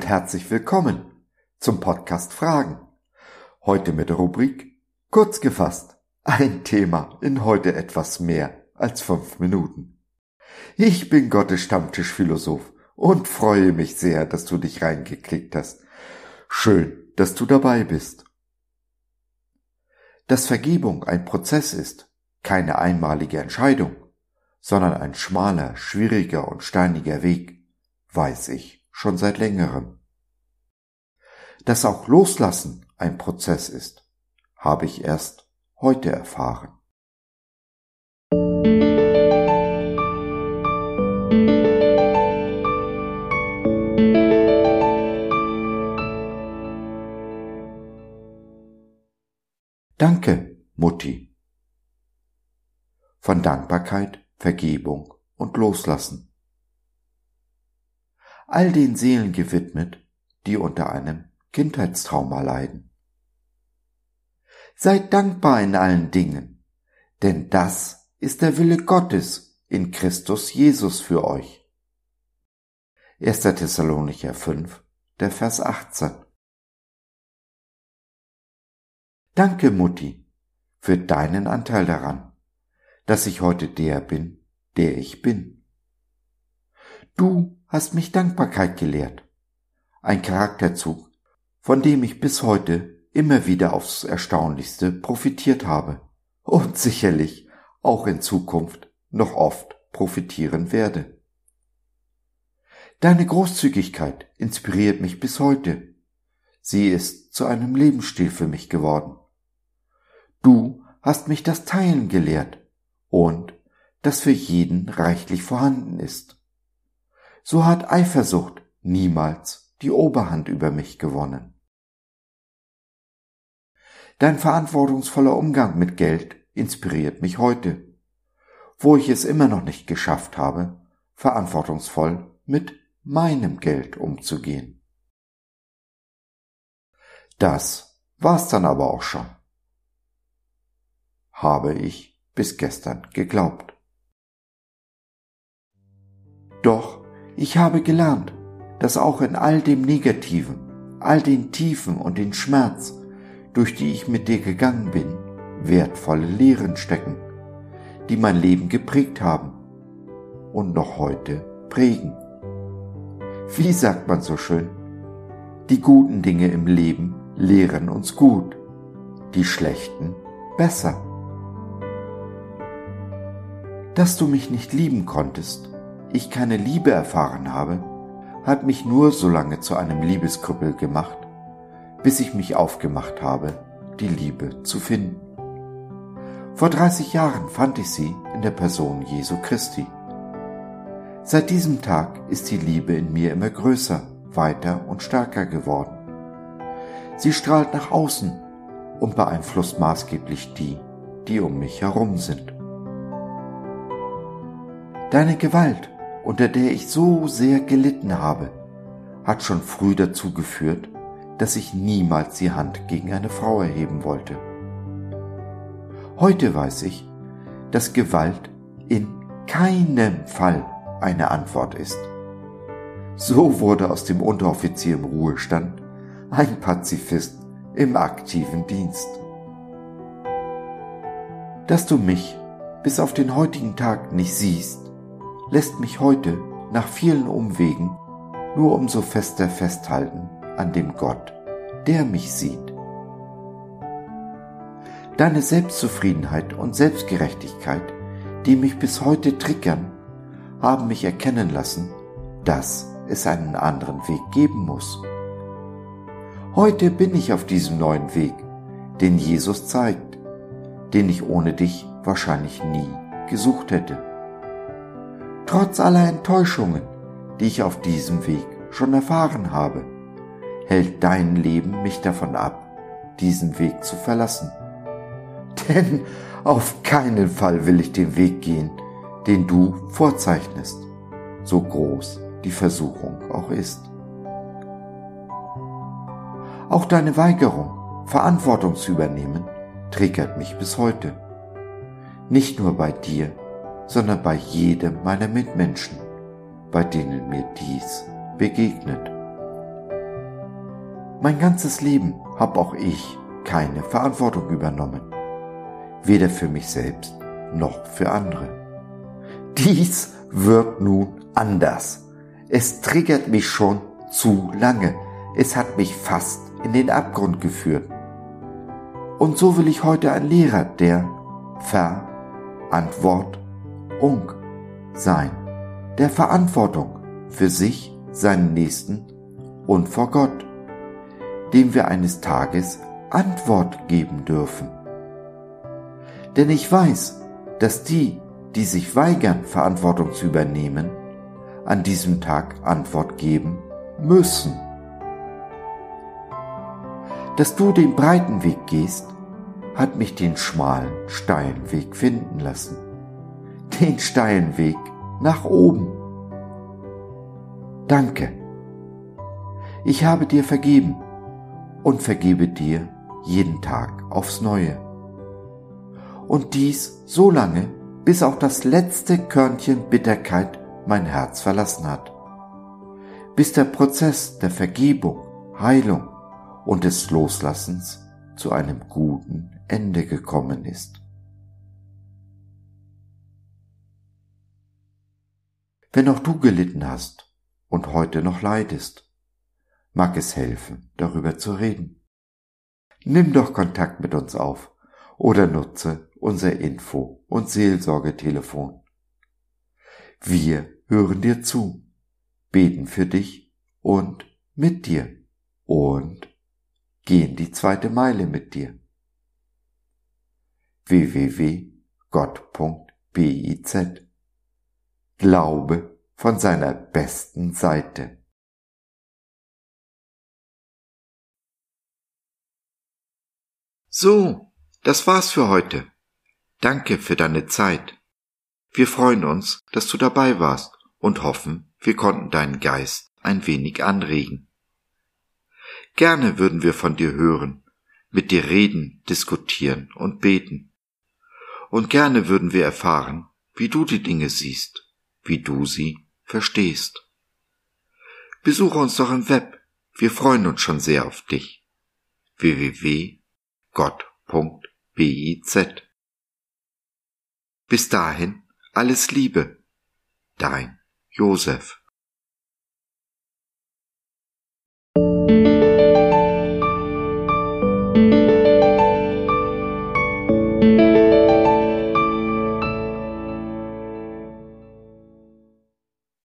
herzlich willkommen zum Podcast Fragen. Heute mit der Rubrik Kurz gefasst. Ein Thema in heute etwas mehr als 5 Minuten. Ich bin Gottes Stammtischphilosoph und freue mich sehr, dass du dich reingeklickt hast. Schön, dass du dabei bist. Dass Vergebung ein Prozess ist, keine einmalige Entscheidung, sondern ein schmaler, schwieriger und steiniger Weg, weiß ich schon seit längerem. Dass auch Loslassen ein Prozess ist, habe ich erst heute erfahren. Danke, Mutti. Von Dankbarkeit, Vergebung und Loslassen. All den Seelen gewidmet, die unter einem Kindheitstrauma leiden. Seid dankbar in allen Dingen, denn das ist der Wille Gottes in Christus Jesus für euch. 1. Thessalonicher 5, der Vers 18. Danke, Mutti, für deinen Anteil daran, dass ich heute der bin, der ich bin. Du hast mich Dankbarkeit gelehrt, ein Charakterzug, von dem ich bis heute immer wieder aufs Erstaunlichste profitiert habe und sicherlich auch in Zukunft noch oft profitieren werde. Deine Großzügigkeit inspiriert mich bis heute. Sie ist zu einem Lebensstil für mich geworden. Du hast mich das Teilen gelehrt und das für jeden reichlich vorhanden ist. So hat Eifersucht niemals die Oberhand über mich gewonnen. Dein verantwortungsvoller Umgang mit Geld inspiriert mich heute, wo ich es immer noch nicht geschafft habe, verantwortungsvoll mit meinem Geld umzugehen. Das war's dann aber auch schon. Habe ich bis gestern geglaubt. Doch ich habe gelernt, dass auch in all dem Negativen, all den Tiefen und den Schmerz, durch die ich mit dir gegangen bin, wertvolle Lehren stecken, die mein Leben geprägt haben und noch heute prägen. Wie sagt man so schön? Die guten Dinge im Leben lehren uns gut, die schlechten besser. Dass du mich nicht lieben konntest, ich keine Liebe erfahren habe, hat mich nur so lange zu einem Liebeskrüppel gemacht, bis ich mich aufgemacht habe, die Liebe zu finden. Vor 30 Jahren fand ich sie in der Person Jesu Christi. Seit diesem Tag ist die Liebe in mir immer größer, weiter und stärker geworden. Sie strahlt nach außen und beeinflusst maßgeblich die, die um mich herum sind. Deine Gewalt, unter der ich so sehr gelitten habe, hat schon früh dazu geführt, dass ich niemals die Hand gegen eine Frau erheben wollte. Heute weiß ich, dass Gewalt in keinem Fall eine Antwort ist. So wurde aus dem Unteroffizier im Ruhestand ein Pazifist im aktiven Dienst. Dass du mich bis auf den heutigen Tag nicht siehst, lässt mich heute nach vielen Umwegen nur umso fester festhalten an dem Gott, der mich sieht. Deine Selbstzufriedenheit und Selbstgerechtigkeit, die mich bis heute triggern, haben mich erkennen lassen, dass es einen anderen Weg geben muss. Heute bin ich auf diesem neuen Weg, den Jesus zeigt, den ich ohne dich wahrscheinlich nie gesucht hätte. Trotz aller Enttäuschungen, die ich auf diesem Weg schon erfahren habe, hält dein Leben mich davon ab, diesen Weg zu verlassen. Denn auf keinen Fall will ich den Weg gehen, den du vorzeichnest, so groß die Versuchung auch ist. Auch deine Weigerung, Verantwortung zu übernehmen, triggert mich bis heute. Nicht nur bei dir, sondern bei jedem meiner Mitmenschen, bei denen mir dies begegnet. Mein ganzes Leben habe auch ich keine Verantwortung übernommen, weder für mich selbst noch für andere. Dies wird nun anders. Es triggert mich schon zu lange. Es hat mich fast in den Abgrund geführt. Und so will ich heute ein Lehrer der Verantwortung sein, der Verantwortung für sich, seinen Nächsten und vor Gott, dem wir eines Tages Antwort geben dürfen. Denn ich weiß, dass die sich weigern, Verantwortung zu übernehmen, an diesem Tag Antwort geben müssen. Dass du den breiten Weg gehst, hat mich den schmalen, steilen Weg finden lassen. Den steilen Weg nach oben. Danke. Ich habe dir vergeben und vergebe dir jeden Tag aufs Neue. Und dies so lange, bis auch das letzte Körnchen Bitterkeit mein Herz verlassen hat. Bis der Prozess der Vergebung, Heilung und des Loslassens zu einem guten Ende gekommen ist. Wenn auch du gelitten hast und heute noch leidest, mag es helfen, darüber zu reden. Nimm doch Kontakt mit uns auf oder nutze unser Info- und Seelsorgetelefon. Wir hören dir zu, beten für dich und mit dir und gehen die 2. Meile mit dir. www.gott.biz Glaube von seiner besten Seite. So, das war's für heute. Danke für deine Zeit. Wir freuen uns, dass du dabei warst und hoffen, wir konnten deinen Geist ein wenig anregen. Gerne würden wir von dir hören, mit dir reden, diskutieren und beten. Und gerne würden wir erfahren, wie du die Dinge siehst, wie du sie verstehst. Besuche uns doch im Web, wir freuen uns schon sehr auf dich. www.gott.biz Bis dahin alles Liebe, dein Josef.